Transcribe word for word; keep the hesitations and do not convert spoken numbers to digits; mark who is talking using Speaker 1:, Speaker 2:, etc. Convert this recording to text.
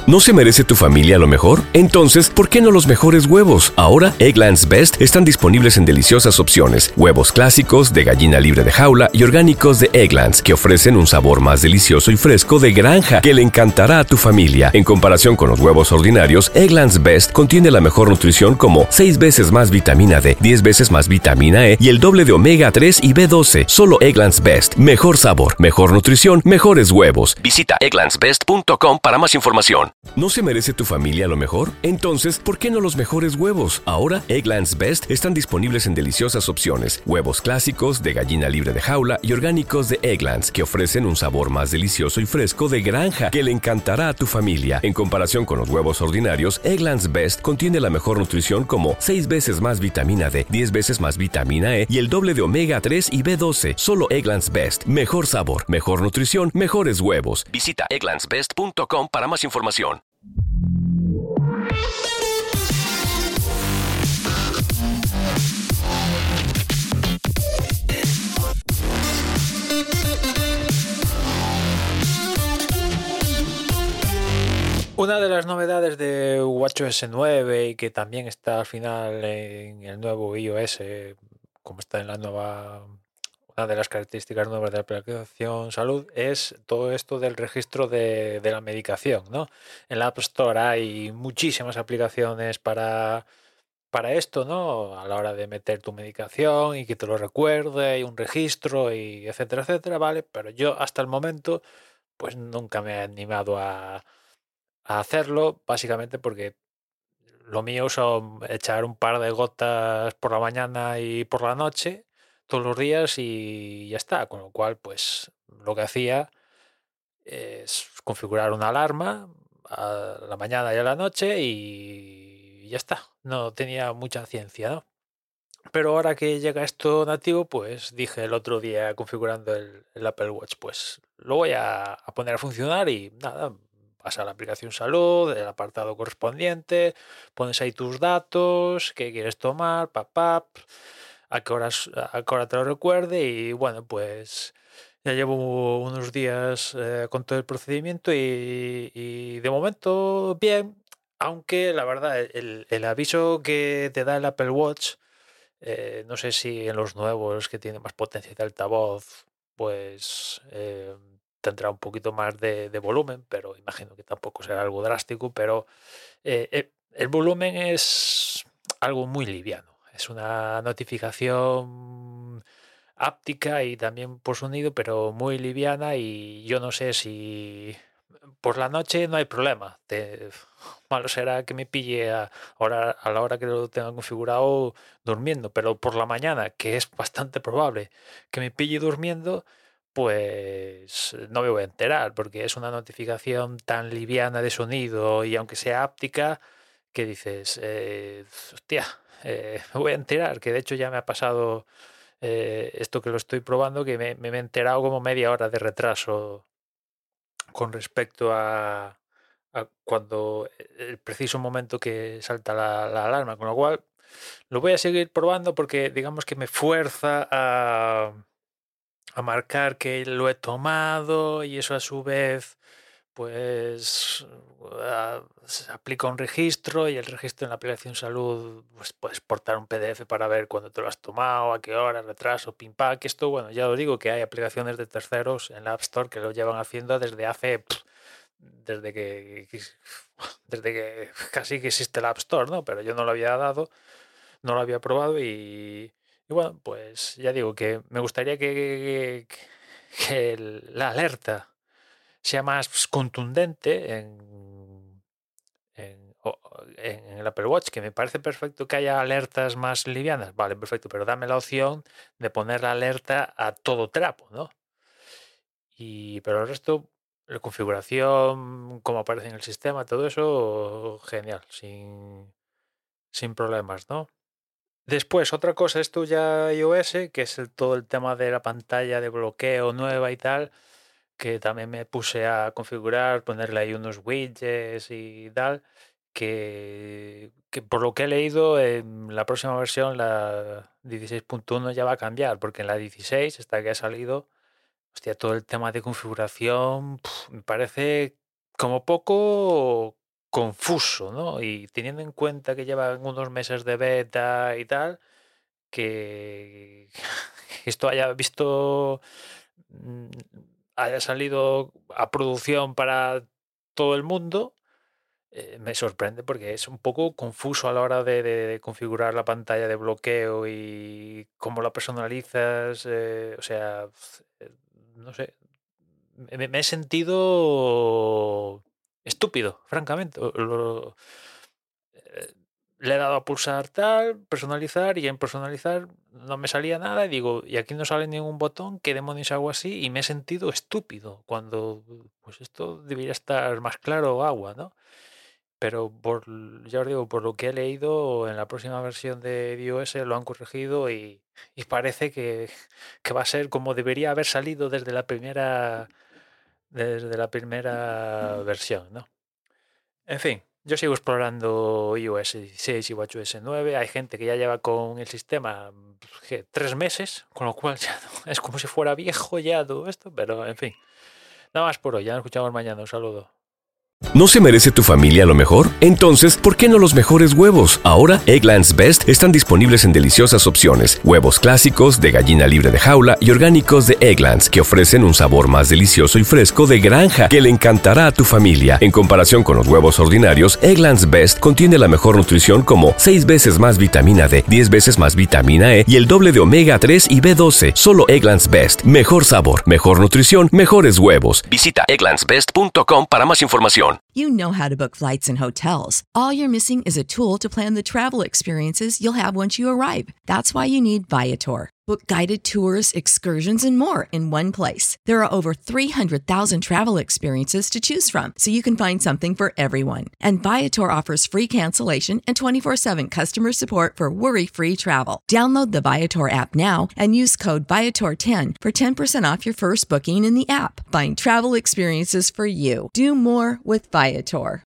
Speaker 1: ¿No se merece tu familia lo mejor? Entonces, ¿por qué no los mejores huevos? Ahora, Eggland's Best están disponibles en deliciosas opciones. Huevos clásicos, de gallina libre de jaula y orgánicos de Eggland's, que ofrecen un sabor más delicioso y fresco de granja que le encantará a tu familia. En comparación con los huevos ordinarios, Eggland's Best contiene la mejor nutrición como seis veces más vitamina D, diez veces más vitamina E y el doble de omega tres y B doce. Solo Eggland's Best. Mejor sabor, mejor nutrición, mejores huevos. Visita egglands best punto com para más información. ¿No se merece tu familia lo mejor? Entonces, ¿por qué no los mejores huevos? Ahora, Eggland's Best están disponibles en deliciosas opciones. Huevos clásicos, de gallina libre de jaula y orgánicos de Eggland's, que ofrecen un sabor más delicioso y fresco de granja que le encantará a tu familia. En comparación con los huevos ordinarios, Eggland's Best contiene la mejor nutrición como seis veces más vitamina D, diez veces más vitamina E y el doble de omega tres y B doce. Solo Eggland's Best. Mejor sabor, mejor nutrición, mejores huevos. Visita egglands best punto com para más información.
Speaker 2: Una de las novedades de WatchOS nueve y que también está al final en el nuevo iOS, como está en la nueva, una de las características nuevas de la aplicación Salud, es todo esto del registro de, de la medicación, ¿no? En la App Store hay muchísimas aplicaciones para, para esto, ¿no? A la hora de meter tu medicación y que te lo recuerde, y un registro, y etcétera, etcétera, ¿vale? Pero yo hasta el momento pues nunca me he animado a a hacerlo, básicamente porque lo mío son echar un par de gotas por la mañana y por la noche todos los días y ya está, con lo cual pues lo que hacía es configurar una alarma a la mañana y a la noche y ya está, no tenía mucha ciencia, ¿no? Pero ahora que llega esto nativo, pues dije el otro día configurando el, el Apple Watch, pues lo voy a, a poner a funcionar y nada, vas a la aplicación Salud, el apartado correspondiente, pones ahí tus datos, qué quieres tomar, papá, a qué horas, a qué hora te lo recuerde y bueno, pues ya llevo unos días eh, con todo el procedimiento y, y de momento bien, aunque la verdad el, el aviso que te da el Apple Watch, eh, no sé si en los nuevos que tienen más potencia de altavoz, pues eh, tendrá un poquito más de, de volumen, pero imagino que tampoco será algo drástico, pero eh, eh, el volumen es algo muy liviano. Es una notificación áptica y también por sonido, pero muy liviana y yo no sé si por la noche no hay problema. Te, malo será que me pille a, hora, a la hora que lo tenga configurado durmiendo, pero por la mañana, que es bastante probable que me pille durmiendo, pues no me voy a enterar, porque es una notificación tan liviana de sonido y aunque sea áptica, que dices, eh, hostia, eh, me voy a enterar, que de hecho ya me ha pasado eh, esto que lo estoy probando, que me, me he enterado como media hora de retraso con respecto a, a cuando el preciso momento que salta la, la alarma, con lo cual lo voy a seguir probando porque digamos que me fuerza a, a marcar que lo he tomado y eso a su vez pues a, se aplica un registro y el registro en la aplicación Salud pues puedes exportar un P D F para ver cuándo te lo has tomado, a qué hora, retraso, pim pam, que esto bueno, ya os digo que hay aplicaciones de terceros en la App Store que lo llevan haciendo desde hace pff, desde que desde que casi que existe la App Store, ¿no? Pero yo no lo había dado, no lo había probado y, y bueno, pues ya digo que me gustaría que, que, que el- la alerta sea más contundente en, en, o- en el Apple Watch, que me parece perfecto que haya alertas más livianas, vale, perfecto, pero dame la opción de poner la alerta a todo trapo, ¿no? Y, pero el resto, la configuración, cómo aparece en el sistema, todo eso, genial, sin, sin problemas, ¿no? Después, otra cosa, esto ya iOS, que es el- todo el tema de la pantalla de bloqueo nueva y tal, que también me puse a configurar, ponerle ahí unos widgets y tal, que, que por lo que he leído, en la próxima versión, la dieciséis punto uno ya va a cambiar, porque en la dieciséis, esta que ha salido, hostia, todo el tema de configuración, pf, me parece como poco confuso, ¿no? Y teniendo en cuenta que llevan unos meses de beta y tal, que esto haya visto, haya salido a producción para todo el mundo, eh, me sorprende porque es un poco confuso a la hora de, de- de configurar la pantalla de bloqueo y cómo la personalizas, eh, o sea, eh, no sé, me, me he sentido estúpido, francamente. Lo- lo- eh, le he dado a pulsar tal, personalizar, y en personalizar no me salía nada y digo, y aquí no sale ningún botón, ¿qué demonios hago así? Y me he sentido estúpido cuando, pues esto debería estar más claro o agua, ¿no? Pero por, ya os digo, por lo que he leído, en la próxima versión de iOS lo han corregido y, y parece que, que va a ser como debería haber salido desde la primera, desde la primera versión, ¿no? En fin, yo sigo explorando iOS dieciséis y WatchOS nueve. Hay gente que ya lleva con el sistema ¿qué? tres meses, con lo cual ya no, es como si fuera viejo ya todo esto, pero en fin. Nada más por hoy, ya nos escuchamos mañana. Un saludo.
Speaker 1: ¿No se merece tu familia lo mejor? Entonces, ¿por qué no los mejores huevos? Ahora, Eggland's Best están disponibles en deliciosas opciones. Huevos clásicos, de gallina libre de jaula y orgánicos de Eggland's, que ofrecen un sabor más delicioso y fresco de granja que le encantará a tu familia. En comparación con los huevos ordinarios, Eggland's Best contiene la mejor nutrición como seis veces más vitamina D, diez veces más vitamina E y el doble de omega tres y B doce. Solo Eggland's Best. Mejor sabor, mejor nutrición, mejores huevos. Visita egglands best punto com para más información.
Speaker 3: You know how to book flights and hotels. All you're missing is a tool to plan the travel experiences you'll have once you arrive. That's why you need Viator. Book guided tours, excursions, and more in one place. There are over three hundred thousand travel experiences to choose from, so you can find something for everyone. And Viator offers free cancellation and twenty-four seven customer support for worry-free travel. Download the Viator app now and use code Viator ten for ten percent off your first booking in the app. Find travel experiences for you. Do more with Viator.